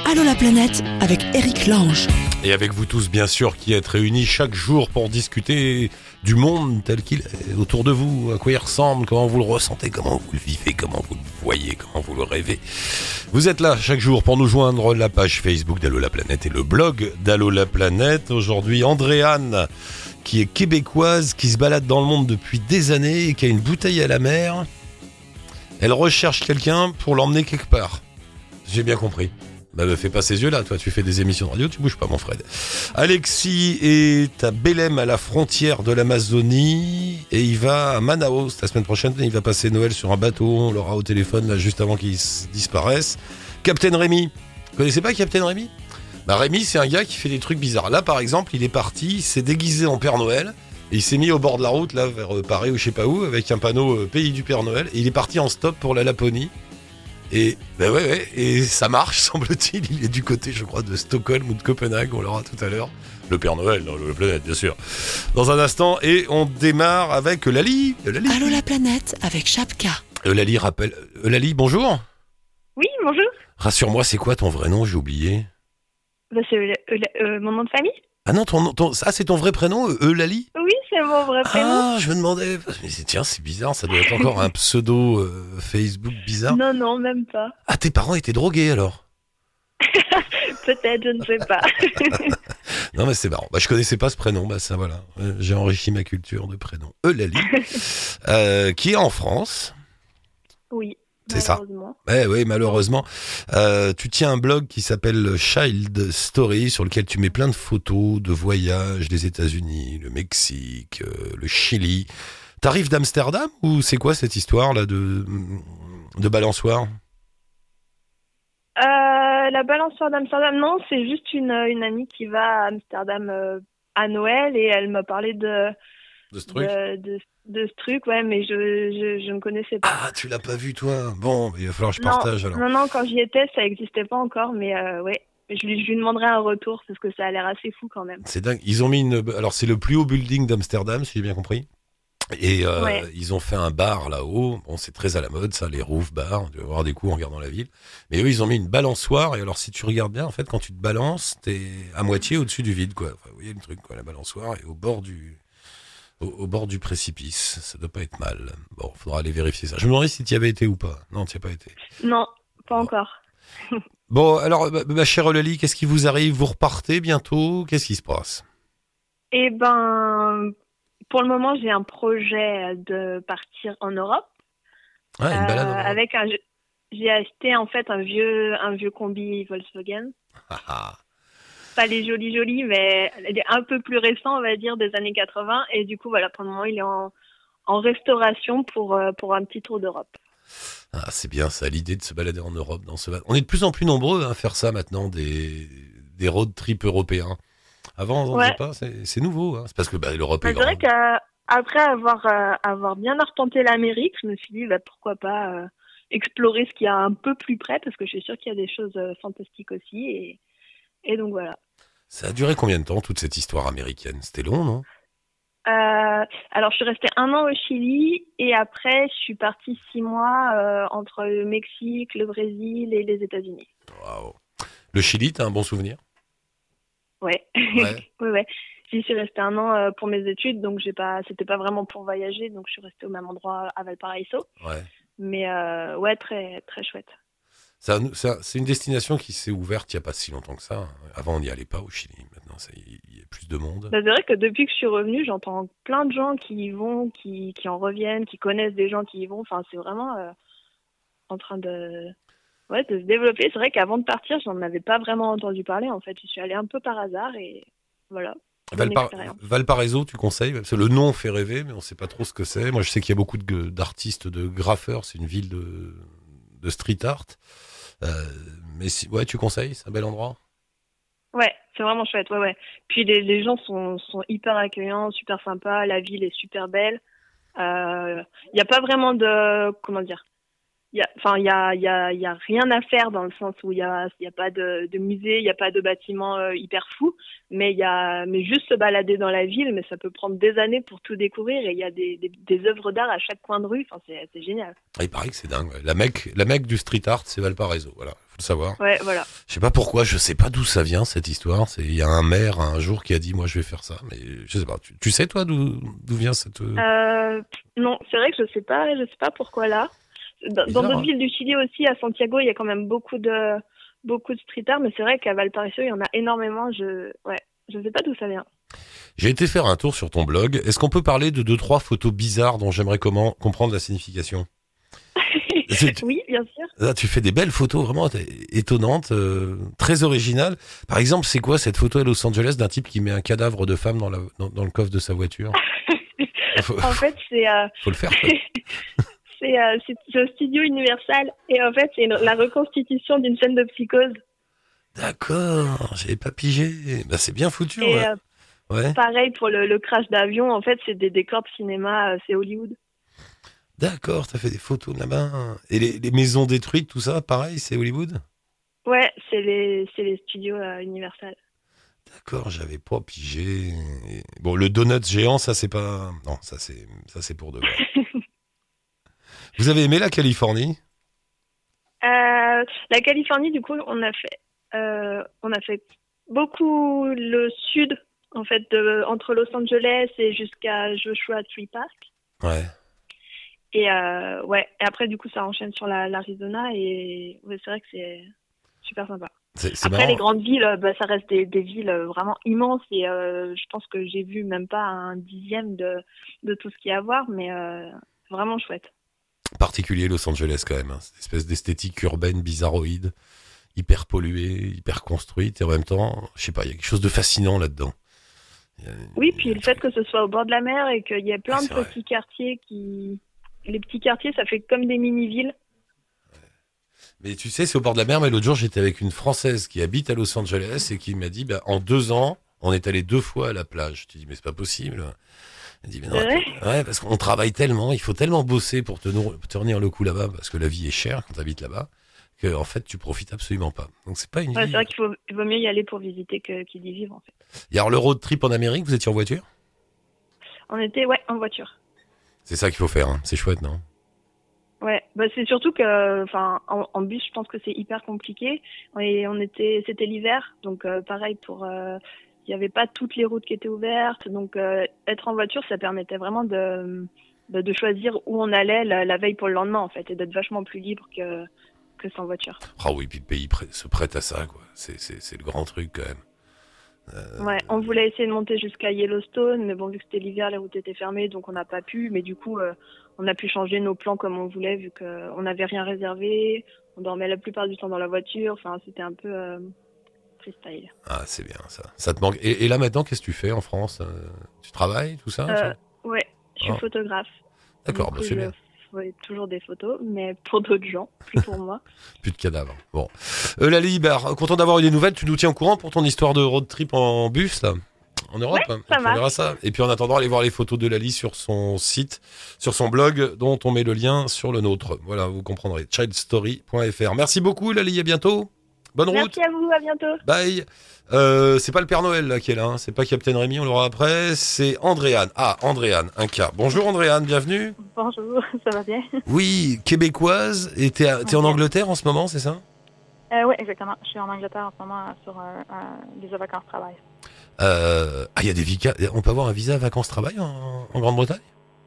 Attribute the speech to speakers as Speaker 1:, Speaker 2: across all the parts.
Speaker 1: Allô la planète avec Eric Lange.
Speaker 2: Et avec vous tous, bien sûr, qui êtes réunis chaque jour pour discuter du monde tel qu'il est autour de vous, à quoi il ressemble, comment vous le ressentez, comment vous le vivez, comment vous le voyez, comment vous le rêvez. Vous êtes là chaque jour pour nous joindre, la page Facebook d'Allô la planète et le blog d'Allô la planète. Aujourd'hui, Andréane, qui est québécoise, qui se balade dans le monde depuis des années et qui a une bouteille à la mer. Elle recherche quelqu'un pour l'emmener quelque part. J'ai bien compris. Bah, fais pas ces yeux-là, toi, tu fais des émissions de radio, tu bouges pas, mon Fred. Alexis est à Belém, à la frontière de l'Amazonie, et il va à Manaus la semaine prochaine. Il va passer Noël sur un bateau, on l'aura au téléphone, là, juste avant qu'il disparaisse. Captain Rémi. Vous connaissez pas Captain Rémi ? Bah, Rémi, c'est un gars qui fait des trucs bizarres. Là, par exemple, il est parti, il s'est déguisé en Père Noël, et il s'est mis au bord de la route, là, vers Paris ou je sais pas où, avec un panneau Pays du Père Noël, et il est parti en stop pour la Laponie. Et ben ouais, et ça marche, semble-t-il. Il est du côté, je crois, de Stockholm ou de Copenhague. On l'aura tout à l'heure. Le Père Noël, dans la planète, bien sûr. Dans un instant, et on démarre avec Eulalie.
Speaker 1: Allô la planète avec Chapka.
Speaker 2: Eulalie rappelle. Eulalie, bonjour.
Speaker 3: Oui, bonjour.
Speaker 2: Rassure-moi, c'est quoi ton vrai nom ? J'ai oublié.
Speaker 3: Bah, c'est mon nom de famille.
Speaker 2: Ah non, ça c'est ton vrai prénom, Eulalie ?
Speaker 3: Oui, c'est mon vrai prénom.
Speaker 2: Ah, je me demandais. Mais tiens, c'est bizarre. Ça doit être encore un pseudo Facebook bizarre.
Speaker 3: Non, même pas.
Speaker 2: Ah, tes parents étaient drogués alors ?
Speaker 3: Peut-être, je ne sais pas.
Speaker 2: Non mais c'est marrant. Bah, je connaissais pas ce prénom. Bah ça voilà. J'ai enrichi ma culture de prénom. Eulalie, qui est en France.
Speaker 3: Oui.
Speaker 2: C'est ça. Oui, malheureusement. Tu tiens un blog qui s'appelle Child Story, sur lequel tu mets plein de photos de voyages des États-Unis, le Mexique, le Chili. T'arrives d'Amsterdam ou c'est quoi cette histoire là de balançoire ?
Speaker 3: La balançoire d'Amsterdam, non, c'est juste une amie qui va à Amsterdam à Noël et elle m'a parlé de
Speaker 2: ce truc.
Speaker 3: De ce truc, ouais, mais je ne connaissais pas.
Speaker 2: Ah, tu l'as pas vu toi ? Bon, il va falloir que je partage alors.
Speaker 3: Non, quand j'y étais, ça n'existait pas encore, mais ouais. Je lui demanderai un retour parce que ça a l'air assez fou quand même.
Speaker 2: C'est dingue. Ils ont mis alors c'est le plus haut building d'Amsterdam, si j'ai bien compris. Et ouais. Ils ont fait un bar là-haut. Bon, c'est très à la mode, ça, les roof bars. Tu vas avoir des coups en regardant la ville. Mais eux, ils ont mis une balançoire. Et alors, si tu regardes bien, en fait, quand tu te balances, t'es à moitié au-dessus du vide, quoi. Enfin, vous voyez le truc, quoi. La balançoire est au bord du précipice. Ça doit pas être mal. Bon, faudra aller vérifier ça. Je me demandais si tu y avais été ou pas. Non, tu n'y as pas été.
Speaker 3: Non, pas encore.
Speaker 2: Bon, alors, ma chère Eulalie, qu'est-ce qui vous arrive ? Vous repartez bientôt ? Qu'est-ce qui se passe ?
Speaker 3: Eh ben, pour le moment, j'ai un projet de partir en Europe.
Speaker 2: Ah, une balade en Europe.
Speaker 3: J'ai acheté en fait un vieux combi Volkswagen. Pas les jolis, mais il est un peu plus récent, on va dire, des années 80. Et du coup, voilà, pour le moment, il est en restauration pour un petit tour d'Europe.
Speaker 2: Ah, c'est bien ça, l'idée de se balader en Europe. On est de plus en plus nombreux à faire ça maintenant, des road trips européens. Avant, on ne faisait pas, c'est nouveau. Hein. C'est parce que l'Europe est grande.
Speaker 3: C'est vrai qu'après avoir bien arpenté l'Amérique, je me suis dit, pourquoi pas explorer ce qu'il y a un peu plus près, parce que je suis sûre qu'il y a des choses fantastiques aussi. Et donc voilà.
Speaker 2: Ça a duré combien de temps, toute cette histoire américaine ? C'était long, non ?
Speaker 3: Alors, je suis restée 1 an au Chili et après, je suis partie 6 mois entre le Mexique, le Brésil et les États-Unis.
Speaker 2: Waouh. Le Chili, t'as un bon souvenir ?
Speaker 3: Ouais. Ouais. J'y suis restée 1 an pour mes études, donc c'était pas vraiment pour voyager, donc je suis restée au même endroit à Valparaiso. Ouais. Mais ouais, très, très chouette.
Speaker 2: C'est une destination qui s'est ouverte il n'y a pas si longtemps que ça. Avant, on n'y allait pas au Chili. Maintenant, il y a plus de monde.
Speaker 3: C'est vrai que depuis que je suis revenue, j'entends plein de gens qui y vont, qui en reviennent, qui connaissent des gens qui y vont. Enfin, c'est vraiment en train de se développer. C'est vrai qu'avant de partir, j'en avais pas vraiment entendu parler. En fait, je suis allée un peu par hasard et voilà.
Speaker 2: Valparaiso, tu conseilles ? Parce que le nom fait rêver, mais on ne sait pas trop ce que c'est. Moi, je sais qu'il y a beaucoup d'artistes, de graffeurs. C'est une ville de street art. Mais tu conseilles ? C'est un bel endroit ?
Speaker 3: Ouais, c'est vraiment chouette. Ouais. Puis les gens sont hyper accueillants, super sympas. La ville est super belle. Il n'y a pas vraiment de... Comment dire ? Il y a rien à faire dans le sens où il y a pas de musée, il y a pas de bâtiment hyper fou, mais juste se balader dans la ville, mais ça peut prendre des années pour tout découvrir et il y a des œuvres d'art à chaque coin de rue. Enfin, c'est génial.
Speaker 2: Il paraît que c'est dingue. Ouais. La Mecque du street art, c'est Valparaiso. Voilà, le savoir.
Speaker 3: Ouais, voilà.
Speaker 2: Je sais pas pourquoi, je sais pas d'où ça vient cette histoire. Il y a un maire un jour qui a dit moi je vais faire ça, mais je sais pas. Tu sais toi d'où vient cette
Speaker 3: Non, c'est vrai que je sais pas pourquoi là. Dans
Speaker 2: bizarre,
Speaker 3: d'autres
Speaker 2: hein.
Speaker 3: villes du Chili aussi, à Santiago, il y a quand même beaucoup de street art, mais c'est vrai qu'à Valparaiso, il y en a énormément. Je sais pas d'où ça vient.
Speaker 2: J'ai été faire un tour sur ton blog. Est-ce qu'on peut parler de 2-3 photos bizarres dont j'aimerais comprendre la signification?
Speaker 3: Oui, bien sûr.
Speaker 2: Là, tu fais des belles photos vraiment étonnantes, très originales. Par exemple, c'est quoi cette photo à Los Angeles d'un type qui met un cadavre de femme dans le coffre de sa voiture?
Speaker 3: En fait,
Speaker 2: Faut le faire.
Speaker 3: c'est au studio Universal et en fait, c'est la reconstitution d'une scène de Psychose.
Speaker 2: D'accord, j'avais pas pigé. Bah, c'est bien foutu.
Speaker 3: Et
Speaker 2: Ouais. Ouais.
Speaker 3: pareil pour le crash d'avion, en fait, c'est des décors de cinéma, c'est Hollywood.
Speaker 2: D'accord, t'as fait des photos de là-bas. Et les maisons détruites, tout ça, pareil, c'est Hollywood?
Speaker 3: Ouais, c'est les studios Universal.
Speaker 2: D'accord, j'avais pas pigé. Bon, le donut géant, ça c'est pas. Non, ça c'est pour de vrai. Vous avez aimé la Californie?
Speaker 3: La Californie, du coup, on a fait beaucoup le sud, en fait, entre Los Angeles et jusqu'à Joshua Tree Park.
Speaker 2: Ouais.
Speaker 3: Et ouais, et après, du coup, ça enchaîne sur l'Arizona et ouais, c'est vrai que c'est super sympa.
Speaker 2: C'est
Speaker 3: Après,
Speaker 2: marrant.
Speaker 3: les grandes villes, ça reste des villes vraiment immenses et je pense que j'ai vu même pas un dixième de tout ce qu'il y a à voir, mais vraiment chouette.
Speaker 2: Particulier Los Angeles quand même. Cette espèce d'esthétique urbaine bizarroïde, hyper polluée, hyper construite et en même temps, je sais pas, il y a quelque chose de fascinant là-dedans.
Speaker 3: Oui, puis le fait que ce soit au bord de la mer et qu'il y ait plein
Speaker 2: Ouais,
Speaker 3: de
Speaker 2: c'est
Speaker 3: petits quartiers les petits quartiers, ça fait comme des mini-villes.
Speaker 2: Mais tu sais, c'est au bord de la mer, mais l'autre jour, j'étais avec une Française qui habite à Los Angeles et qui m'a dit, bah, en 2 ans, on est allé 2 fois à la plage. Je te dis, mais c'est pas possible. Elle dit, mais non,
Speaker 3: C'est vrai
Speaker 2: ouais, parce qu'on travaille tellement, il faut tellement bosser pour tenir le coup là-bas, parce que la vie est chère quand tu habites là-bas, que en fait, tu profites absolument pas. Donc c'est pas une
Speaker 3: Ouais,
Speaker 2: vie.
Speaker 3: c'est vrai qu'il vaut mieux y aller pour visiter qu'il y vivre, en fait.
Speaker 2: Et alors, le road trip en Amérique, vous étiez en voiture?
Speaker 3: On était, en voiture.
Speaker 2: C'est ça qu'il faut faire, hein. C'est chouette, non?
Speaker 3: Ouais, bah c'est surtout que, enfin, en bus, je pense que c'est hyper compliqué. Et c'était l'hiver, donc pareil il n'y avait pas toutes les routes qui étaient ouvertes, donc être en voiture, ça permettait vraiment de choisir où on allait la veille pour le lendemain, en fait, et d'être vachement plus libre que sans voiture.
Speaker 2: Ah oui, puis le pays se prête à ça, quoi. C'est le grand truc, quand même.
Speaker 3: Ouais, on voulait essayer de monter jusqu'à Yellowstone, mais bon, vu que c'était l'hiver, les routes étaient fermées, donc on n'a pas pu. Mais du coup, on a pu changer nos plans comme on voulait, vu qu'on n'avait rien réservé. On dormait la plupart du temps dans la voiture. Enfin, c'était un peu freestyle.
Speaker 2: Ah, c'est bien, ça. Ça te manque. Et là, maintenant, qu'est-ce que tu fais en France? Tu travailles, tout ça?
Speaker 3: Ouais, je suis
Speaker 2: Ah.
Speaker 3: photographe.
Speaker 2: D'accord,
Speaker 3: Du
Speaker 2: bah,
Speaker 3: coup,
Speaker 2: c'est bien.
Speaker 3: je fais toujours des photos, mais pour d'autres gens, plus pour moi.
Speaker 2: Plus de cadavres. Bon. Lali, bah, content d'avoir eu des nouvelles. Tu nous tiens au courant pour ton histoire de road trip en bus, là, en Europe.
Speaker 3: Ouais,
Speaker 2: hein.
Speaker 3: ça
Speaker 2: Et puis on verra
Speaker 3: marche.
Speaker 2: ça. Et puis en attendant, allez voir les photos de Lali sur son site, sur son blog, dont on met le lien sur le nôtre. Voilà, vous comprendrez. childstory.fr. Merci beaucoup, Lali. À bientôt. Bonne route.
Speaker 3: Merci à vous, à bientôt.
Speaker 2: Bye. C'est pas le Père Noël là qui est là. Hein. C'est pas Captain Rémi, on l'aura après. C'est Andréane. Ah, Andréane, un cas. Bonjour Andréane, bienvenue.
Speaker 4: Bonjour, ça va bien?
Speaker 2: Oui, québécoise. Et t'es en Angleterre en ce moment, c'est ça?
Speaker 4: Oui, exactement. Je suis en Angleterre en ce moment sur un visa vacances-travail.
Speaker 2: Il y a des visas. On peut avoir un visa vacances-travail en Grande-Bretagne?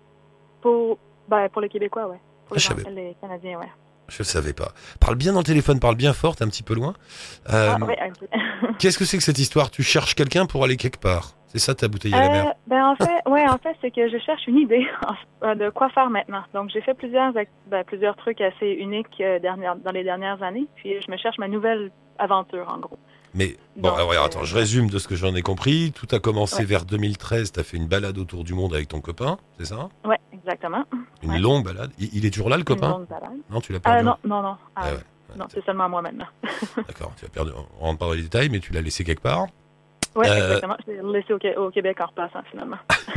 Speaker 4: Pour les Québécois, oui. Pour
Speaker 2: je savais.
Speaker 4: les Canadiens, oui.
Speaker 2: Je savais pas. Parle bien dans le téléphone, parle bien fort, t'es un petit peu loin.
Speaker 4: Oui, ok.
Speaker 2: Qu'est-ce que c'est que cette histoire? Tu cherches quelqu'un pour aller quelque part? C'est ça ta bouteille à la mer?
Speaker 4: En fait, c'est que je cherche une idée de quoi faire maintenant. Donc, j'ai fait plusieurs trucs assez uniques dans les dernières années. Puis, je me cherche ma nouvelle aventure, en gros.
Speaker 2: Mais bon,
Speaker 4: Donc,
Speaker 2: alors, attends, je résume de ce que j'en ai compris. Tout a commencé vers 2013. T'as fait une balade autour du monde avec ton copain, c'est ça?
Speaker 4: Oui, exactement.
Speaker 2: Une longue balade. Il est toujours là, le copain?
Speaker 4: Une longue balade.
Speaker 2: Non, tu l'as perdu?
Speaker 4: Non.
Speaker 2: Ah ouais.
Speaker 4: Non, c'est seulement moi maintenant.
Speaker 2: D'accord, tu l'as perdu. On rentre pas dans les détails, mais tu l'as laissé quelque part.
Speaker 4: Oui, exactement. Je l'ai laissé au Québec en repassant, finalement.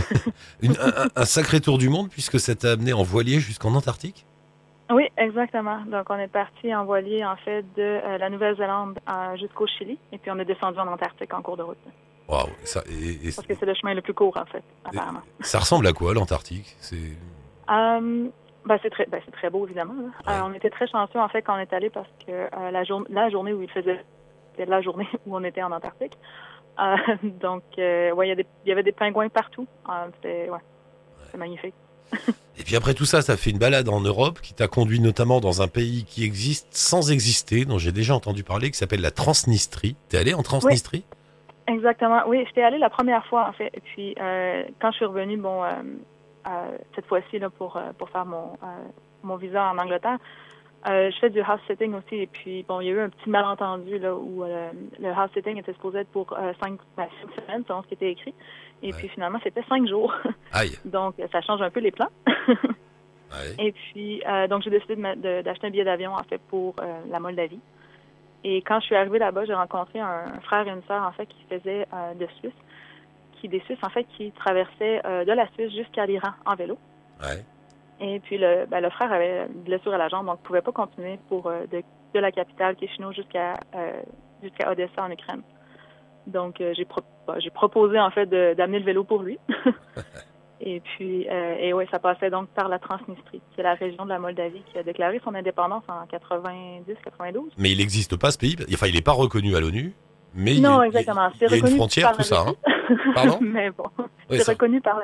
Speaker 2: Un sacré tour du monde, puisque ça t'a amené en voilier jusqu'en Antarctique?
Speaker 4: Oui, exactement. Donc, on est parti en voilier, en fait, de la Nouvelle-Zélande jusqu'au Chili. Et puis, on est descendu en Antarctique en cours de route.
Speaker 2: Waouh,
Speaker 4: Parce que c'est le chemin le plus court, en fait, apparemment.
Speaker 2: Ça ressemble à quoi, l'Antarctique?
Speaker 4: c'est très beau, évidemment. Là. On était très chanceux, en fait, quand on est allé parce que la journée où il faisait, c'était la journée où on était en Antarctique. Donc, il y avait des pingouins partout. C'était magnifique.
Speaker 2: Et puis après tout ça, ça fait une balade en Europe qui t'a conduit notamment dans un pays qui existe sans exister, dont j'ai déjà entendu parler, qui s'appelle la Transnistrie. T'es allé en Transnistrie?
Speaker 4: Oui, exactement. Oui, j'étais allée la première fois, en fait. Et puis, quand je suis revenue, cette fois-ci, là, pour faire mon visa en Angleterre, je fais du house-sitting aussi. Et puis, il y a eu un petit malentendu là, où le house-sitting était supposé être pour 5 semaines, selon ce qui était écrit. Et puis, finalement, c'était 5 jours.
Speaker 2: Aïe.
Speaker 4: Donc, ça change un peu les plans.
Speaker 2: Ouais.
Speaker 4: Et puis, donc, j'ai décidé d'acheter un billet d'avion, en fait, pour la Moldavie. Et quand je suis arrivée là-bas, j'ai rencontré un frère et une sœur, en fait, qui faisaient de Suisse. Des Suisses, en fait, qui traversaient de la Suisse jusqu'à l'Iran en vélo.
Speaker 2: Ouais.
Speaker 4: Et puis, le frère avait une blessure à la jambe, donc il ne pouvait pas continuer de la capitale, Chisinau, jusqu'à Odessa, en Ukraine. Donc, j'ai proposé, en fait, d'amener le vélo pour lui. Et puis, ça passait donc par la Transnistrie, qui est la région de la Moldavie qui a déclaré son indépendance en 90-92.
Speaker 2: Mais il n'existe pas, ce pays. Enfin, il n'est pas reconnu à l'ONU. Mais
Speaker 4: non, exactement.
Speaker 2: Il y a une frontière, tout ça. Hein. Pardon?
Speaker 4: Mais bon,
Speaker 2: oui,
Speaker 4: c'est reconnu par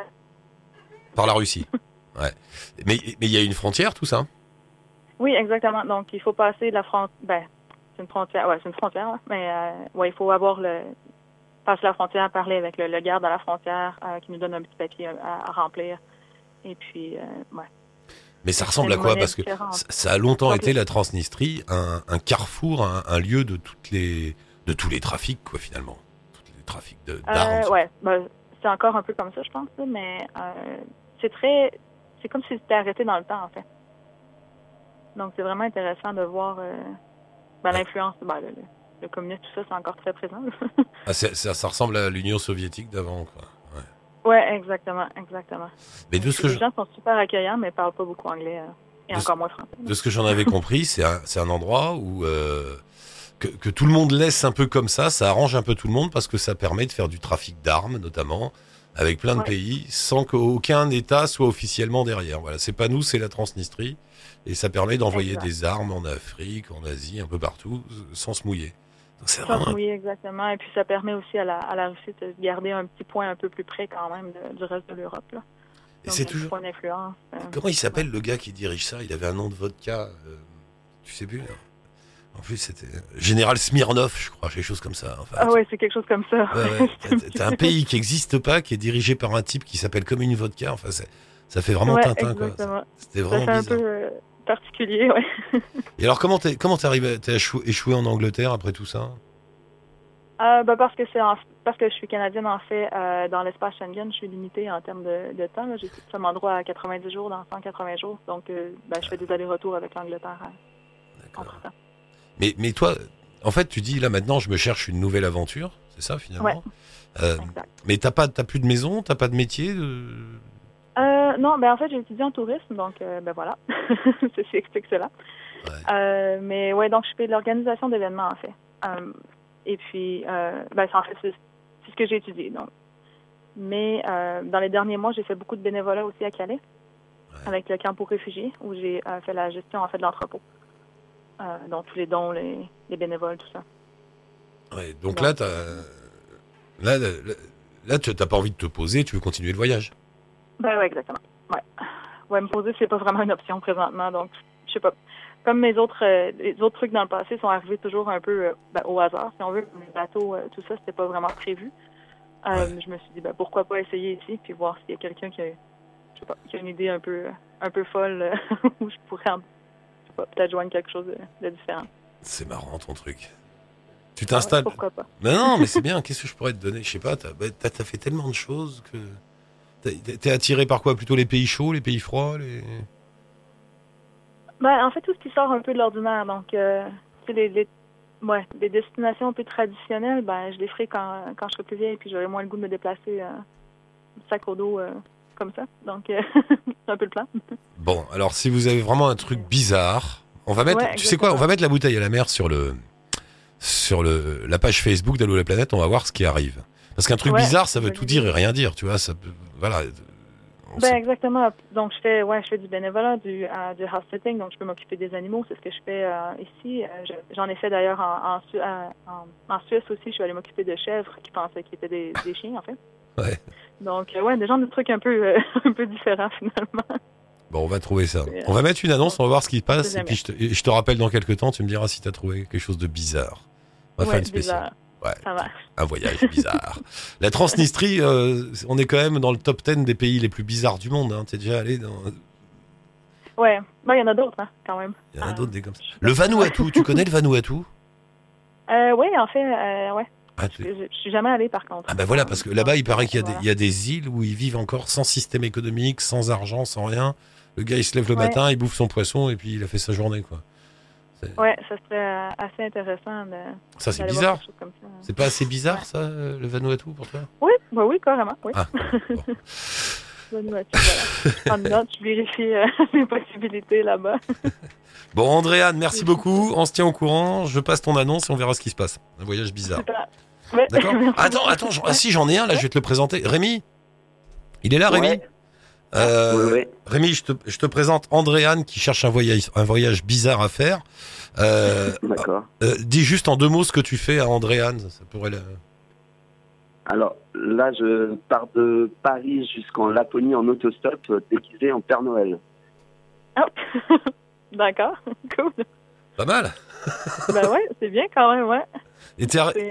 Speaker 2: la Russie. Ouais. Mais il y a une frontière, tout ça?
Speaker 4: Oui, exactement. Donc, il faut passer la frontière. C'est une frontière. Ouais, c'est une frontière. Hein. Mais il faut passer la frontière, parler avec le garde à la frontière qui nous donne un petit papier à remplir. Et puis,
Speaker 2: Mais ça ressemble à quoi? Parce que ça a longtemps été, la Transnistrie, un carrefour, un lieu de tous les trafics, quoi, finalement. Tous les trafics d'armes.
Speaker 4: C'est encore un peu comme ça, je pense, mais c'est comme si c'était arrêté dans le temps, en fait. Donc, c'est vraiment intéressant de voir l'influence, le communisme, tout ça, c'est encore très présent.
Speaker 2: Ça ressemble à l'Union soviétique d'avant, quoi.
Speaker 4: Oui, exactement.
Speaker 2: Mais
Speaker 4: les gens sont super accueillants, mais ne parlent pas beaucoup anglais et encore moins français.
Speaker 2: De ce que j'en avais compris, c'est un endroit où que tout le monde laisse un peu comme ça arrange un peu tout le monde parce que ça permet de faire du trafic d'armes, notamment, avec plein de pays, sans qu'aucun État soit officiellement derrière. Voilà, c'est pas nous, c'est la Transnistrie, et ça permet d'envoyer des armes en Afrique, en Asie, un peu partout, sans se mouiller.
Speaker 4: Oui, exactement. Et puis ça permet aussi à la Russie de garder un petit point un peu plus près quand même du reste de l'Europe. Là.
Speaker 2: Et c'est toujours.
Speaker 4: Point d'influence.
Speaker 2: Comment il s'appelle le gars qui dirige ça? Il avait un nom de vodka. Tu sais plus. En plus, c'était Général Smirnov, je crois, quelque chose comme ça. Enfin,
Speaker 4: oui, c'est quelque chose comme ça.
Speaker 2: Ouais. T'as un pays qui n'existe pas, qui est dirigé par un type qui s'appelle comme une vodka. Enfin, ça fait vraiment Tintin,
Speaker 4: exactement.
Speaker 2: Quoi. C'était vraiment bizarre.
Speaker 4: C'est un peu particulier, ouais.
Speaker 2: Et alors, comment t'es arrivé? T'es échoué en Angleterre après tout ça?
Speaker 4: Parce que je suis canadienne, en fait, dans l'espace Schengen, je suis limitée en termes de temps. Là. J'ai seulement droit à 90 jours dans 180 jours. Donc, je fais des allers-retours avec l'Angleterre entre-temps.
Speaker 2: Mais toi, en fait, tu dis, là, maintenant, je me cherche une nouvelle aventure. C'est ça, finalement?
Speaker 4: Ouais.
Speaker 2: Mais t'as plus de maison? T'as pas de métier?
Speaker 4: Non, en fait, j'ai étudié en tourisme. Donc, voilà. Ceci explique cela. Ouais. Mais ouais, donc, je fais de l'organisation d'événements, en fait. Et puis, en fait, c'est ce que j'ai étudié. Donc. Mais dans les derniers mois, j'ai fait beaucoup de bénévolat aussi à Calais, avec le camp pour réfugiés, où j'ai fait la gestion, en fait, de l'entrepôt. Donc, tous les dons, les bénévoles, tout ça.
Speaker 2: Ouais, donc là, tu n'as pas envie de te poser, tu veux continuer le voyage?
Speaker 4: Oui, exactement. Ouais, me poser, c'est pas vraiment une option présentement. Donc, je sais pas. Comme les autres trucs dans le passé sont arrivés toujours un peu au hasard, si on veut, les bateaux, tout ça, c'était pas vraiment prévu. Je me suis dit, pourquoi pas essayer ici, puis voir s'il y a quelqu'un qui a une idée un peu folle où je pourrais peut-être joindre quelque chose de différent.
Speaker 2: C'est marrant ton truc. Tu t'installes.
Speaker 4: Pourquoi pas?
Speaker 2: Non, mais c'est bien. Qu'est-ce que je pourrais te donner? Je sais pas. T'as fait tellement de choses que. T'es attiré par quoi? Plutôt les pays chauds, les pays froids,
Speaker 4: en fait, tout ce qui sort un peu de l'ordinaire. Donc, des destinations un peu traditionnelles, je les ferai quand je serai plus vieille, puis j'aurai moins le goût de me déplacer sac au dos comme ça. Donc, c'est un peu le plan.
Speaker 2: Bon, alors si vous avez vraiment un truc bizarre, on va mettre, tu sais quoi, on va mettre la bouteille à la mer sur la page Facebook d'Allô la planète, on va voir ce qui arrive. Parce qu'un truc bizarre, ça veut tout dire et rien dire, tu vois. Voilà,
Speaker 4: Exactement. Donc, je fais du bénévolat, du house sitting, donc je peux m'occuper des animaux. C'est ce que je fais ici. J'en ai fait d'ailleurs en Suisse aussi. Je suis allée m'occuper de chèvres qui pensaient qu'ils étaient des chiens, en fait.
Speaker 2: Ouais.
Speaker 4: Donc, des gens de trucs un peu différents, finalement.
Speaker 2: Bon, on va trouver ça. On va mettre une annonce, on va voir ce qui passe. Et puis, je te rappelle dans quelques temps, tu me diras si tu as trouvé quelque chose de bizarre. On va faire une spéciale. Ouais,
Speaker 4: ça marche.
Speaker 2: Un voyage bizarre. La Transnistrie, on est quand même dans le top 10 des pays les plus bizarres du monde. Hein. T'es déjà allé dans...
Speaker 4: Ouais, il y en a d'autres, hein, quand même.
Speaker 2: Il y en a d'autres des comme ça. Le Vanuatu, tu connais le Vanuatu?
Speaker 4: Oui, en fait, ouais.
Speaker 2: Ah,
Speaker 4: je suis jamais allée, par contre.
Speaker 2: Ah ben voilà, parce que là-bas, il paraît qu'il y a des îles où ils vivent encore sans système économique, sans argent, sans rien. Le gars, il se lève le matin, il bouffe son poisson et puis il a fait sa journée, quoi.
Speaker 4: Ouais, ça serait assez intéressant.
Speaker 2: Ça, c'est bizarre. Comme ça. C'est pas assez bizarre, ça, le Vanuatu, pour toi?
Speaker 4: Oui, oui, carrément. Oui.
Speaker 2: Ah, bon.
Speaker 4: Vanuatu, voilà. En note, je vérifie les possibilités là-bas.
Speaker 2: Bon, Andréane, merci beaucoup. On se tient au courant. Je passe ton annonce et on verra ce qui se passe. Un voyage bizarre.
Speaker 4: Ouais.
Speaker 2: D'accord. Attends. Si, j'en ai un, là, je vais te le présenter. Rémi? Il est là, Rémi?
Speaker 5: Oui.
Speaker 2: Rémi, je te présente Andréane qui cherche un voyage bizarre à faire.
Speaker 5: D'accord.
Speaker 2: Dis juste en 2 mots ce que tu fais à Andréane. Ça pourrait
Speaker 5: Alors là, je pars de Paris jusqu'en Laponie en autostop, déguisé en Père Noël.
Speaker 4: Oh. D'accord, cool.
Speaker 2: Pas mal.
Speaker 4: Ouais, c'est bien quand même, ouais.
Speaker 2: Et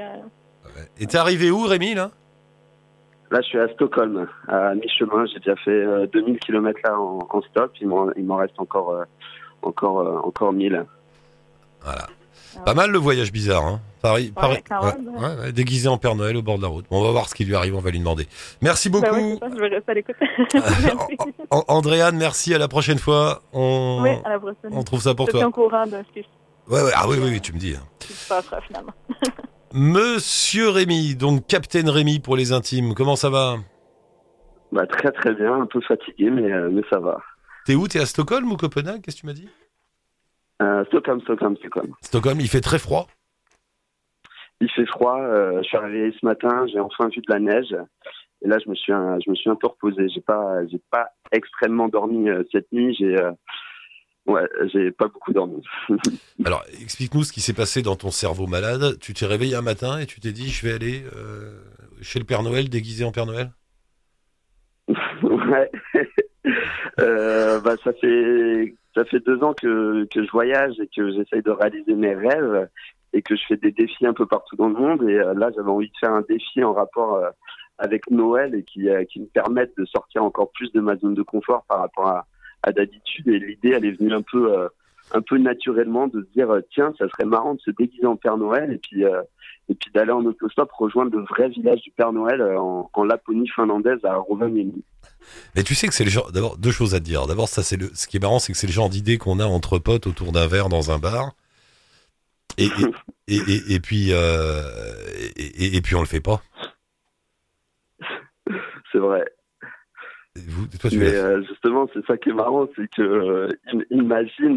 Speaker 2: t'es arrivé où, Rémi, là?
Speaker 5: Là, je suis à Stockholm, à mi-chemin. J'ai déjà fait 2000 km là en stop. Il m'en reste encore 1000.
Speaker 2: Voilà. Pas mal le voyage bizarre, hein. Paris, déguisé en Père Noël au bord de la route. Bon, on va voir ce qui lui arrive, on va lui demander. Merci beaucoup.
Speaker 4: Oui, c'est ça, je vais rester à l'écoute.
Speaker 2: Andréane, merci, à la prochaine fois.
Speaker 4: Oui, à la prochaine.
Speaker 2: On trouve ça pour toi.
Speaker 4: Je suis au courant de ce qui
Speaker 2: oui, tu me dis.
Speaker 4: Ce qui se passera finalement.
Speaker 2: Monsieur Rémi, donc Captain Rémi pour les intimes, comment ça va?
Speaker 5: Très très bien, un peu fatigué, mais ça va.
Speaker 2: T'es où? T'es à Stockholm ou Copenhague? Qu'est-ce que tu m'as dit?
Speaker 5: Stockholm.
Speaker 2: Stockholm, il fait très froid?
Speaker 5: Il fait froid, je suis arrivé ce matin, j'ai enfin vu de la neige. Et là, je me suis un peu reposé. J'ai pas extrêmement dormi cette nuit. J'ai pas beaucoup dormi.
Speaker 2: Alors, explique-nous ce qui s'est passé dans ton cerveau malade. Tu t'es réveillé un matin et tu t'es dit, je vais aller chez le Père Noël déguisé en Père Noël?
Speaker 5: Ouais. Ça fait 2 ans que je voyage et que j'essaye de réaliser mes rêves et que je fais des défis un peu partout dans le monde. Et là, j'avais envie de faire un défi en rapport avec Noël et qui me permette de sortir encore plus de ma zone de confort par rapport à d'habitude. Et l'idée, elle est venue un peu naturellement de se dire tiens, ça serait marrant de se déguiser en Père Noël et puis d'aller en autostop rejoindre le vrai village du Père Noël en Laponie finlandaise à Rovaniemi.
Speaker 2: Mais tu sais que c'est le genre. D'abord, 2 choses à te dire. D'abord, ça c'est ce qui est marrant, c'est que c'est le genre d'idée qu'on a entre potes autour d'un verre dans un bar. Et puis on le fait pas.
Speaker 5: C'est vrai.
Speaker 2: Toi,
Speaker 5: mais justement, c'est ça qui est marrant, c'est que imagine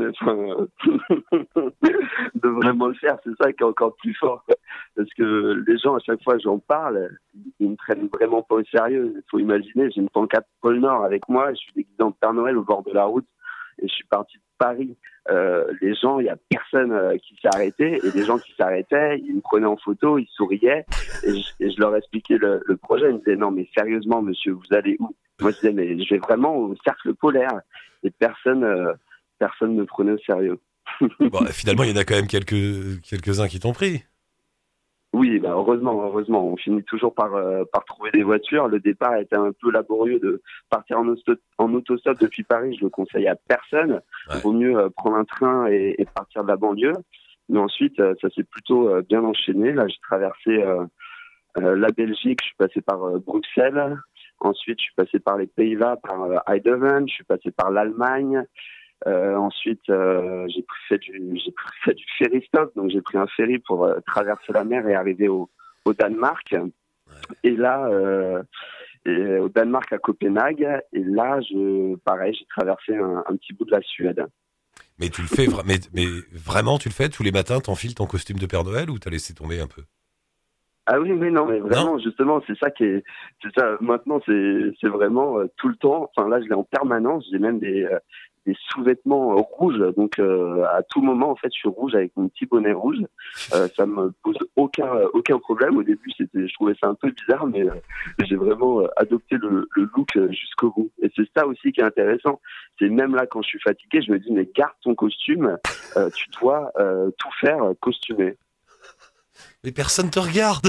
Speaker 5: de vraiment le faire, c'est ça qui est encore plus fort. Parce que les gens, à chaque fois que j'en parle, ils me prennent vraiment pas au sérieux. Il faut imaginer, j'ai une pancarte pôle Nord avec moi, je suis déguisé en Père Noël au bord de la route et je suis parti de Paris. Les gens, il y a personne qui s'est arrêté et les gens qui s'arrêtaient, ils me prenaient en photo, ils souriaient et je leur expliquais le projet. Ils me disaient non mais sérieusement monsieur, vous allez où? Moi je disais mais je vais vraiment au cercle polaire et personne ne me prenait au sérieux.
Speaker 2: Bon, finalement il y en a quand même quelques-uns qui t'ont pris.
Speaker 5: Oui, heureusement, on finit toujours par trouver des voitures. Le départ était un peu laborieux de partir en autostop depuis Paris. Je le conseille à personne. Il vaut mieux prendre un train et partir de la banlieue. Mais ensuite, ça s'est plutôt bien enchaîné. Là, j'ai traversé la Belgique. Je suis passé par Bruxelles. Ensuite, je suis passé par les Pays-Bas, par Eindhoven. Je suis passé par l'Allemagne. Ensuite, j'ai fait du ferry stop, donc j'ai pris un ferry pour traverser la mer et arriver au Danemark. Et là, au Danemark à Copenhague. Et là, pareil, j'ai traversé un petit bout de la Suède.
Speaker 2: Mais tu le fais, mais vraiment, tu le fais tous les matins, t'enfiles ton costume de Père Noël ou t'as laissé tomber un peu?
Speaker 5: Ah oui, mais non, mais vraiment, justement, c'est ça. Maintenant, c'est vraiment tout le temps. Enfin, là, je l'ai en permanence. J'ai même des sous-vêtements rouges. Donc, à tout moment, en fait, je suis rouge avec mon petit bonnet rouge. Ça me pose aucun problème. Au début, je trouvais ça un peu bizarre, mais j'ai vraiment adopté le look jusqu'au bout. Et c'est ça aussi qui est intéressant. C'est même là, quand je suis fatigué, je me dis, mais garde ton costume. Tu dois tout faire costumé.
Speaker 2: Mais personne te regarde.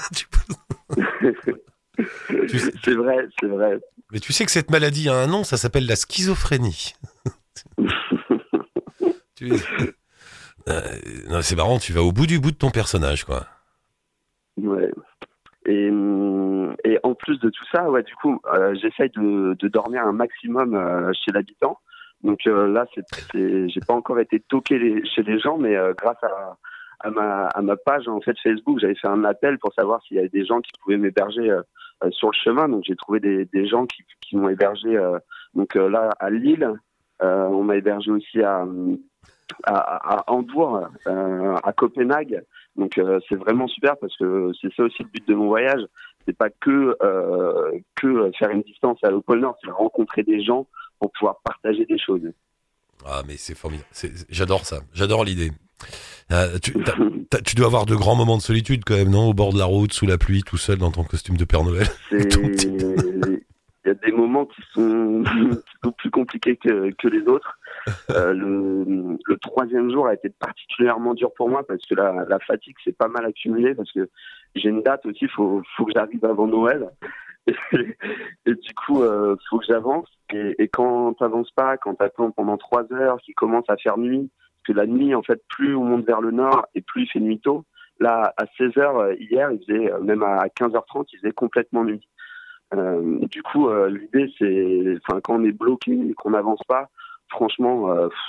Speaker 5: C'est vrai.
Speaker 2: Mais tu sais que cette maladie a un nom, ça s'appelle la schizophrénie. Non, c'est marrant, tu vas au bout de ton personnage, quoi.
Speaker 5: Ouais. Et en plus de tout ça, ouais, du coup, j'essaye de dormir un maximum chez l'habitant. Donc là, j'ai pas encore été toqué chez les gens, mais grâce à ma page en fait Facebook, j'avais fait un appel pour savoir s'il y avait des gens qui pouvaient m'héberger sur le chemin. Donc j'ai trouvé des gens qui m'ont hébergé. Donc là à Lille, on m'a hébergé aussi à Hambourg, à Copenhague. Donc c'est vraiment super parce que c'est ça aussi le but de mon voyage. C'est pas que faire une distance à au pôle Nord, c'est rencontrer des gens pour pouvoir partager des choses.
Speaker 2: Ah mais c'est formidable. J'adore ça. J'adore l'idée. Tu dois avoir de grands moments de solitude quand même, non? Au bord de la route, sous la pluie, tout seul dans ton costume de Père Noël.
Speaker 5: Il y a des moments qui sont plus compliqués que les autres. Le troisième jour a été particulièrement dur pour moi parce que la fatigue s'est pas mal accumulée parce que j'ai une date aussi, faut que j'arrive avant Noël. Et du coup, faut que j'avance. Et quand t'avances pas, quand t'attends pendant 3 heures, qu'il commence à faire nuit, parce que la nuit, en fait, plus on monte vers le nord et plus il fait nuit tôt. Là, à 16h hier, il faisait, même à 15h30, il faisait complètement nuit. Du coup, l'idée, c'est, enfin, quand on est bloqué et qu'on n'avance pas, franchement,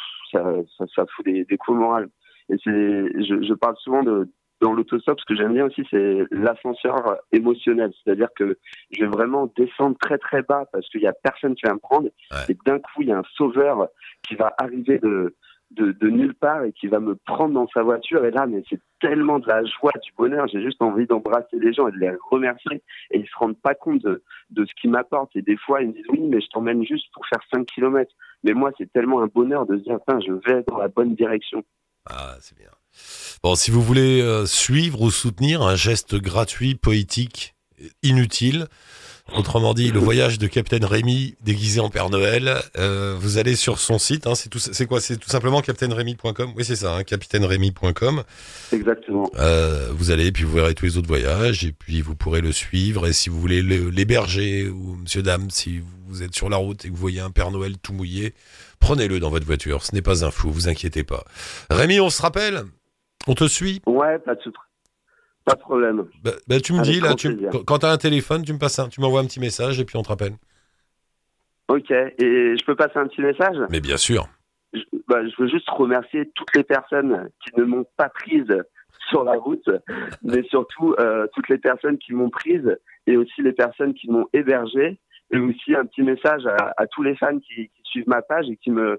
Speaker 5: ça fout des coups au moral. Et je parle souvent dans l'autostop, ce que j'aime bien aussi, c'est l'ascenseur émotionnel. C'est-à-dire que je vais vraiment descendre très très bas parce qu'il y a personne qui va me prendre. Ouais. Et d'un coup, il y a un sauveur qui va arriver de nulle part et qui va me prendre dans sa voiture. Et là, mais c'est tellement de la joie, du bonheur. J'ai juste envie d'embrasser les gens et de les remercier. Et ils se rendent pas compte de ce qu'ils m'apportent. Et des fois, ils me disent, oui, mais je t'emmène juste pour faire 5 kilomètres. Mais moi, c'est tellement un bonheur de se dire, je vais dans la bonne direction.
Speaker 2: Ah, c'est bien. Bon, si vous voulez suivre ou soutenir un geste gratuit, poétique, inutile, autrement dit, le voyage de Captain Rémi déguisé en Père Noël, vous allez sur son site, hein, c'est tout simplement captainremy.com. Oui, c'est ça, hein, captainremy.com.
Speaker 5: Exactement.
Speaker 2: Vous allez, puis vous verrez tous les autres voyages, et puis vous pourrez le suivre, et si vous voulez l'héberger, ou monsieur, dame, si vous êtes sur la route et que vous voyez un Père Noël tout mouillé, prenez-le dans votre voiture, ce n'est pas un fou, vous inquiétez pas. Rémi, on se rappelle? On te suit?
Speaker 5: Ouais, pas de problème.
Speaker 2: Tu me dis, là, quand tu as un téléphone, tu m'envoies un petit message et puis on te rappelle.
Speaker 5: Ok, et je peux passer un petit message?
Speaker 2: Mais bien sûr.
Speaker 5: Je veux juste remercier toutes les personnes qui ne m'ont pas prise sur la route, mais surtout toutes les personnes qui m'ont prise et aussi les personnes qui m'ont hébergée. Et aussi un petit message à tous les fans qui suivent ma page et qui me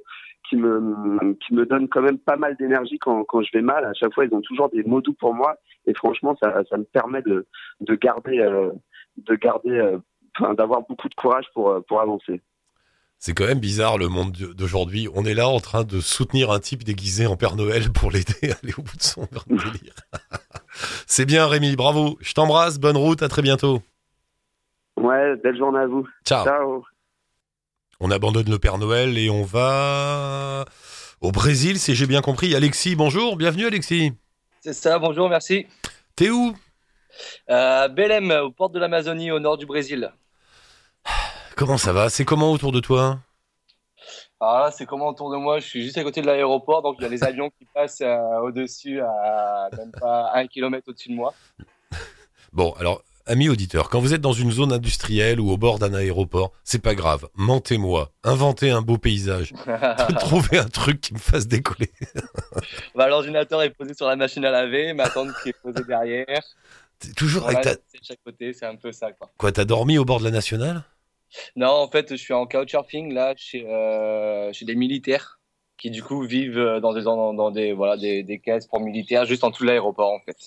Speaker 5: donnent quand même pas mal d'énergie quand je vais mal. À chaque fois, ils ont toujours des mots doux pour moi. Et franchement, ça me permet d'avoir beaucoup de courage pour avancer.
Speaker 2: C'est quand même bizarre le monde d'aujourd'hui. On est là en train de soutenir un type déguisé en Père Noël pour l'aider à aller au bout de son délire. C'est bien, Rémi, bravo. Je t'embrasse, bonne route, à très bientôt.
Speaker 5: Ouais, belle journée à vous.
Speaker 2: Ciao. On abandonne le Père Noël et on va au Brésil, si j'ai bien compris. Alexis, bonjour, bienvenue Alexis.
Speaker 6: C'est ça, bonjour, merci.
Speaker 2: T'es où?
Speaker 6: Belém, aux portes de l'Amazonie, au nord du Brésil.
Speaker 2: Comment ça va? C'est comment autour de toi?
Speaker 6: Ah, c'est comment autour de moi? Je suis juste à côté de l'aéroport, donc il y a les avions qui passent au-dessus, à même pas 1 kilomètre au-dessus de moi.
Speaker 2: Bon, alors... Amis auditeurs, quand vous êtes dans une zone industrielle ou au bord d'un aéroport, c'est pas grave, mentez-moi, inventez un beau paysage, trouvez un truc qui me fasse décoller.
Speaker 6: L'ordinateur est posé sur la machine à laver, ma tante qui est posée derrière.
Speaker 2: T'es toujours
Speaker 6: voilà,
Speaker 2: avec
Speaker 6: de chaque côté, c'est un peu ça, quoi.
Speaker 2: Quoi, t'as dormi au bord de la nationale?
Speaker 6: Non, en fait, je suis en couchsurfing là chez des militaires qui du coup vivent dans des caisses pour militaires juste en dessous de l'aéroport en fait.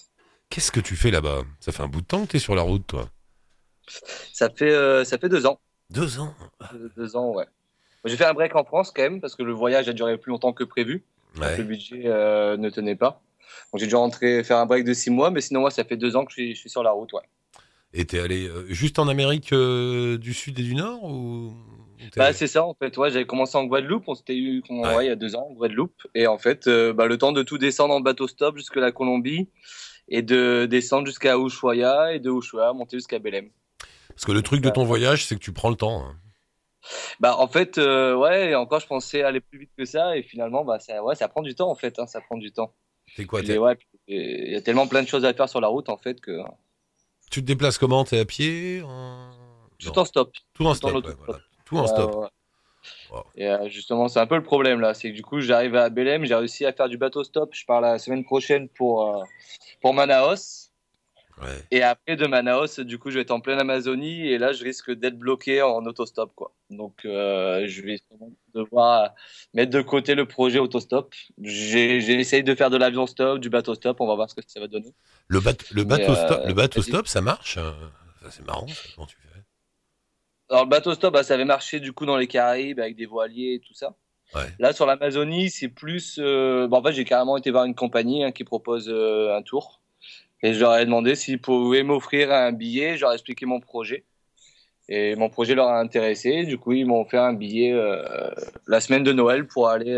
Speaker 2: Qu'est-ce que tu fais là-bas? Ça fait un bout de temps que t'es sur la route, toi.
Speaker 6: Ça fait 2 ans.
Speaker 2: 2 ans.
Speaker 6: 2 ans, ouais. J'ai fait un break en France quand même parce que le voyage a duré plus longtemps que prévu. Donc
Speaker 2: Ouais.
Speaker 6: le budget ne tenait pas. Donc j'ai dû rentrer faire un break de 6 mois, mais sinon moi ça fait 2 ans que je suis sur la route, ouais.
Speaker 2: Et t'es allé juste en Amérique du Sud et du Nord ou t'es
Speaker 6: Bah
Speaker 2: allé-
Speaker 6: c'est ça en fait, ouais, j'avais commencé en Guadeloupe, on s'était eu
Speaker 2: Ouais.
Speaker 6: ouais, il y a 2 ans en Guadeloupe, et en fait le temps de tout descendre en bateau stop jusqu'à la Colombie et de descendre jusqu'à Ushuaia et de Ushuaia monter jusqu'à Belém.
Speaker 2: Parce que le truc de ton voyage, c'est que tu prends le temps. Hein.
Speaker 6: Bah en fait ouais, et encore je pensais aller plus vite que ça et finalement bah ça prend du temps en fait, hein, ça prend du temps.
Speaker 2: T'es quoi
Speaker 6: Puis, ouais, puis, il y a tellement plein de choses à faire sur la route en fait que
Speaker 2: Tu te déplaces comment? T'es à pied
Speaker 6: tout
Speaker 2: Non.
Speaker 6: en stop.
Speaker 2: Tout en
Speaker 6: Tout en
Speaker 2: stop, ouais,
Speaker 6: autostop.
Speaker 2: voilà. Tout en
Speaker 6: Ouais,
Speaker 2: stop.
Speaker 6: ouais.
Speaker 2: Wow.
Speaker 6: Et justement, c'est un peu le problème là, c'est que du coup, j'arrive à Belém, j'ai réussi à faire du bateau stop. Je pars la semaine prochaine pour Manaus.
Speaker 2: Ouais.
Speaker 6: Et après de Manaus, du coup, je vais être en pleine Amazonie et là, je risque d'être bloqué en autostop, quoi. Donc, je vais sûrement devoir mettre de côté le projet autostop. J'ai essayé de faire de l'avion stop, du bateau stop. On va voir ce que ça va donner.
Speaker 2: Le bateau stop,
Speaker 6: vas-y.
Speaker 2: stop, ça marche. Ça, c'est marrant. Ça. Comment tu fais?
Speaker 6: Alors, le bateau stop, bah, ça avait marché du coup dans les Caraïbes avec des voiliers et tout ça.
Speaker 2: Ouais.
Speaker 6: Là, sur l'Amazonie, c'est plus. En fait, j'ai carrément été voir une compagnie qui propose un tour. Et je leur ai demandé s'ils pouvaient m'offrir un billet. Je leur ai expliqué mon projet. Et mon projet leur a intéressé. Du coup, ils m'ont offert un billet la semaine de Noël pour aller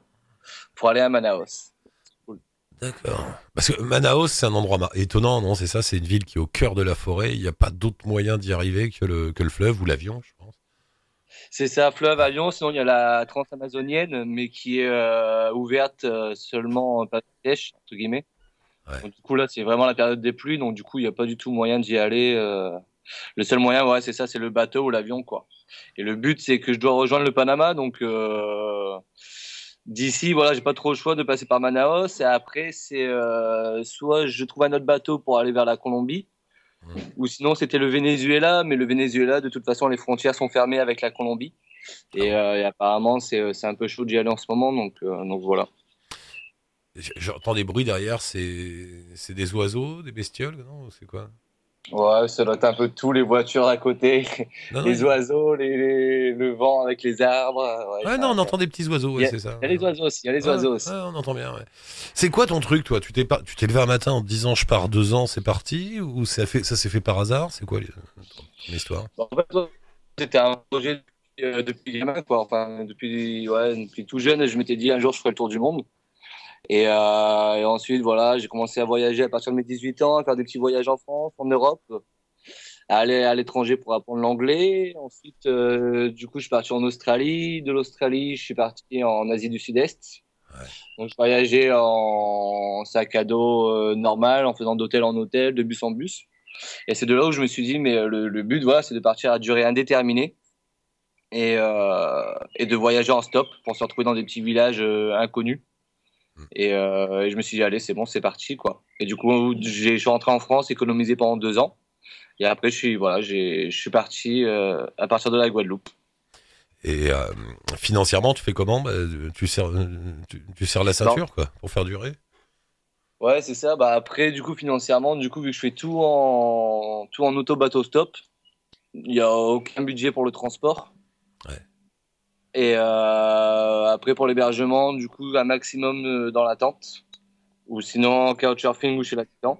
Speaker 6: à Manaus.
Speaker 2: D'accord. Parce que Manaus, c'est un endroit étonnant, non? C'est ça, c'est une ville qui est au cœur de la forêt. Il n'y a pas d'autre moyen d'y arriver que le fleuve ou l'avion, je pense.
Speaker 6: C'est ça, fleuve, avion. Sinon, il y a la transamazonienne, mais qui est ouverte seulement en période sèche, entre guillemets.
Speaker 2: Ouais.
Speaker 6: Donc, du coup, là, c'est vraiment la période des pluies. Donc, du coup, il n'y a pas du tout moyen d'y aller. Le seul moyen, ouais, c'est ça, c'est le bateau ou l'avion, quoi. Et le but, c'est que je dois rejoindre le Panama. Donc, d'ici, voilà, j'ai pas trop le choix de passer par Manaus. Et après, c'est soit je trouve un autre bateau pour aller vers la Colombie, ou sinon, c'était le Venezuela. Mais le Venezuela, de toute façon, les frontières sont fermées avec la Colombie. Et apparemment, c'est un peu chaud d'y aller en ce moment. Donc voilà.
Speaker 2: J'entends des bruits derrière, c'est des oiseaux, des bestioles, non? C'est quoi?
Speaker 6: Ouais, ça doit être un peu tout, les voitures à côté,
Speaker 2: Non,
Speaker 6: les oiseaux, le vent avec les arbres.
Speaker 2: Ouais, non, on entend des petits oiseaux, ouais, c'est ça.
Speaker 6: Il y a les oiseaux aussi, il y a les oiseaux aussi.
Speaker 2: Ouais, on entend bien, ouais. C'est quoi ton truc, toi? Tu t'es levé un matin en te disant je pars 2 ans, c'est parti? Ou ça s'est fait par hasard? C'est quoi ton histoire?
Speaker 6: Bon, en fait, c'était un projet depuis gamin, quoi. Enfin, depuis tout jeune, je m'étais dit un jour je ferai le tour du monde. Et ensuite, voilà, j'ai commencé à voyager à partir de mes 18 ans, à faire des petits voyages en France, en Europe, à aller à l'étranger pour apprendre l'anglais. Ensuite, du coup, je suis parti en Australie. De l'Australie, je suis parti en Asie du Sud-Est.
Speaker 2: Ouais.
Speaker 6: Donc, je voyageais en sac à dos normal, en faisant d'hôtel en hôtel, de bus en bus. Et c'est de là où je me suis dit, mais le but, voilà, c'est de partir à durée indéterminée et de voyager en stop pour se retrouver dans des petits villages inconnus. Et je me suis dit, allez, c'est bon, c'est parti, quoi. Et du coup, je suis rentré en France, économisé pendant 2 ans. Et après, je suis parti à partir de la Guadeloupe.
Speaker 2: Et financièrement, tu fais comment? Bah, tu serres la ceinture, quoi, pour faire durer?
Speaker 6: Ouais, c'est ça. Bah, après, du coup, financièrement, du coup, vu que je fais tout en auto-bateau stop, il n'y a aucun budget pour le transport.
Speaker 2: Ouais.
Speaker 6: Et après, pour l'hébergement, du coup, un maximum dans la tente. Ou sinon, en couchsurfing ou chez l'accident.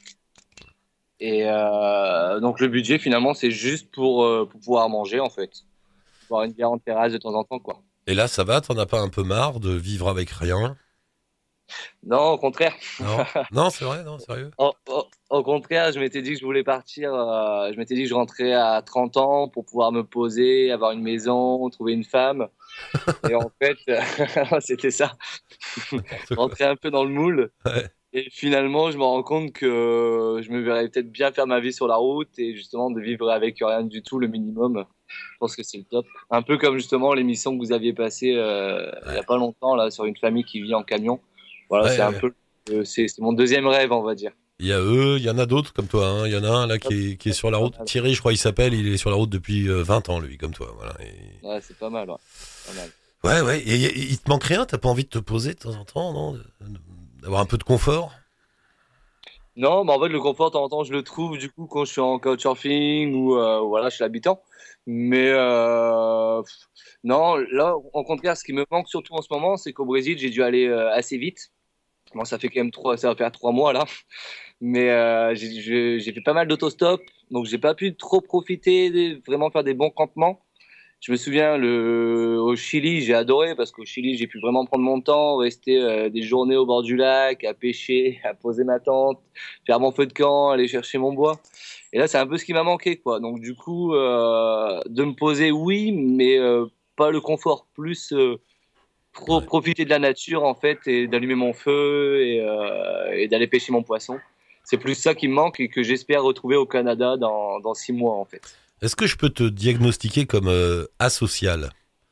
Speaker 6: Et donc, le budget, finalement, c'est juste pour pouvoir manger, en fait. Boire une bière en terrasse de temps en temps, quoi.
Speaker 2: Et là, ça va? T'en as pas un peu marre de vivre avec rien?
Speaker 6: Non, au contraire.
Speaker 2: Non, non, c'est vrai, non, sérieux?
Speaker 6: Au contraire, je m'étais dit que je voulais partir. Je m'étais dit que je rentrais à 30 ans pour pouvoir me poser, avoir une maison, trouver une femme. Et en fait, c'était ça. Rentrer un peu dans le moule.
Speaker 2: Ouais.
Speaker 6: Et finalement, je me rends compte que je me verrais peut-être bien faire ma vie sur la route et justement de vivre avec rien du tout, le minimum. Je pense que c'est le top. Un peu comme justement l'émission que vous aviez passée il y a pas longtemps là sur une famille qui vit en camion. Voilà,
Speaker 2: Ouais,
Speaker 6: c'est un peu, c'est mon deuxième rêve, on va dire.
Speaker 2: Il y a eux, il y en a d'autres comme toi, hein. Il y en a un là qui est sur la route. Thierry, je crois il s'appelle, il est sur la route depuis 20 ans, lui, comme toi. Voilà. Et...
Speaker 6: Ouais, c'est pas mal, ouais. Pas mal.
Speaker 2: Ouais, ouais. Et il te manque rien? T'as pas envie de te poser de temps en temps, non? D'avoir un peu de confort?
Speaker 6: Non, bah en fait, le confort, de temps en temps, je le trouve du coup quand je suis en couchsurfing ou voilà, chez l'habitant. Mais non, là, au contraire, ce qui me manque surtout en ce moment, c'est qu'au Brésil, j'ai dû aller assez vite. Bon, ça fait quand même ça va faire 3 mois là. Mais j'ai fait pas mal d'autostop, donc j'ai pas pu trop profiter, vraiment faire des bons campements. Je me souviens, au Chili, j'ai adoré parce qu'au Chili, j'ai pu vraiment prendre mon temps, rester des journées au bord du lac, à pêcher, à poser ma tente, faire mon feu de camp, aller chercher mon bois. Et là, c'est un peu ce qui m'a manqué, quoi. Donc, du coup, de me poser, oui, mais pas le confort, plus profiter de la nature, en fait, et d'allumer mon feu et d'aller pêcher mon poisson. C'est plus ça qui me manque et que j'espère retrouver au Canada dans 6 mois, en fait.
Speaker 2: Est-ce que je peux te diagnostiquer comme asocial ?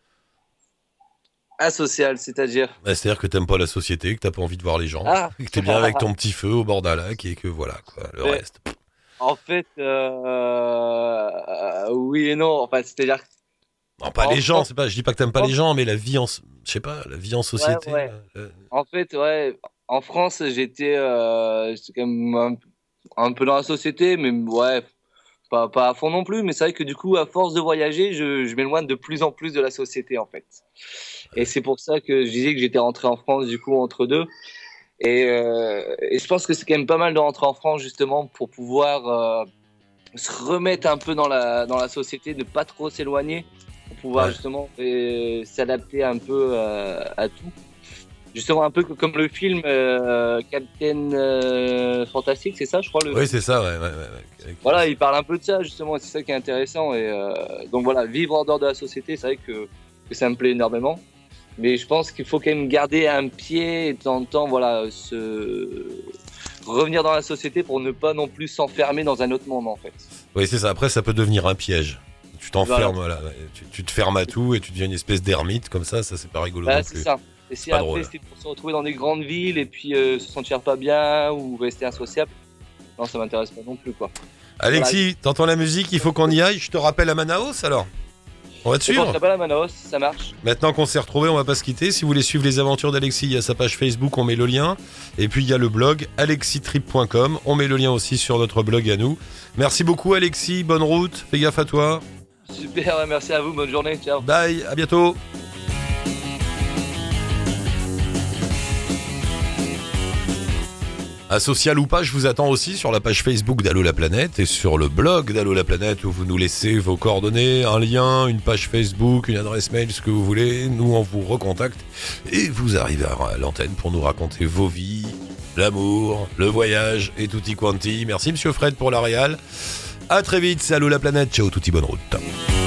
Speaker 6: Asocial, c'est-à-dire
Speaker 2: C'est-à-dire que t'aimes pas la société, que t'as pas envie de voir les gens, que t'es bien avec ton petit feu au bord d'un lac et que voilà, quoi, le reste.
Speaker 6: En fait, oui et non. Enfin, c'est-à-dire.
Speaker 2: Non, pas les gens, c'est pas. Je dis pas que t'aimes pas les gens, mais la vie en, je sais pas, la vie en société.
Speaker 6: Ouais. En fait, ouais. En France, j'étais quand même un peu dans la société, mais ouais. Pas à fond non plus, mais c'est vrai que du coup, à force de voyager, je m'éloigne de plus en plus de la société, en fait. Et c'est pour ça que je disais que j'étais rentré en France, du coup, entre deux. Et je pense que c'est quand même pas mal de rentrer en France, justement, pour pouvoir se remettre un peu dans la société, ne pas trop s'éloigner, pour pouvoir justement s'adapter un peu à tout. Justement, un peu comme le film Captain Fantastic, c'est ça, je crois.
Speaker 2: Oui, c'est ça, ouais.
Speaker 6: Voilà, il parle un peu de ça, justement, et c'est ça qui est intéressant. Et donc voilà, vivre en dehors de la société, c'est vrai que ça me plaît énormément. Mais je pense qu'il faut quand même garder un pied et de temps en temps, voilà, revenir dans la société pour ne pas non plus s'enfermer dans un autre monde, en fait.
Speaker 2: Oui, c'est ça. Après, ça peut devenir un piège. Tu t'enfermes, voilà. Tu te fermes à tout et tu deviens une espèce d'ermite, comme ça c'est pas rigolo non plus.
Speaker 6: C'est ça. Et si après c'était pour se retrouver dans des grandes villes et puis se sentir pas bien ou rester insociable, non, ça m'intéresse pas non plus, quoi.
Speaker 2: Alexis, voilà. T'entends la musique, il faut qu'on y aille. Je te rappelle à Manaus alors. On va te suivre.
Speaker 6: Je te rappelle à Manaus, ça marche.
Speaker 2: Maintenant qu'on s'est retrouvés, on va pas se quitter. Si vous voulez suivre les aventures d'Alexis, il y a sa page Facebook, on met le lien. Et puis il y a le blog alexitrip.com. On met le lien aussi sur notre blog à nous. Merci beaucoup Alexis, bonne route, fais gaffe à toi.
Speaker 6: Super, merci à vous, bonne journée, ciao.
Speaker 2: Bye, à bientôt. Asocial ou pas, je vous attends aussi sur la page Facebook d'Allo la Planète et sur le blog d'Allo la Planète où vous nous laissez vos coordonnées, un lien, une page Facebook, une adresse mail, ce que vous voulez. Nous, on vous recontacte et vous arrivez à l'antenne pour nous raconter vos vies, l'amour, le voyage et tutti quanti. Merci Monsieur Fred pour la réal. À très vite, c'est Allo la Planète. Ciao, tutti, bonne route.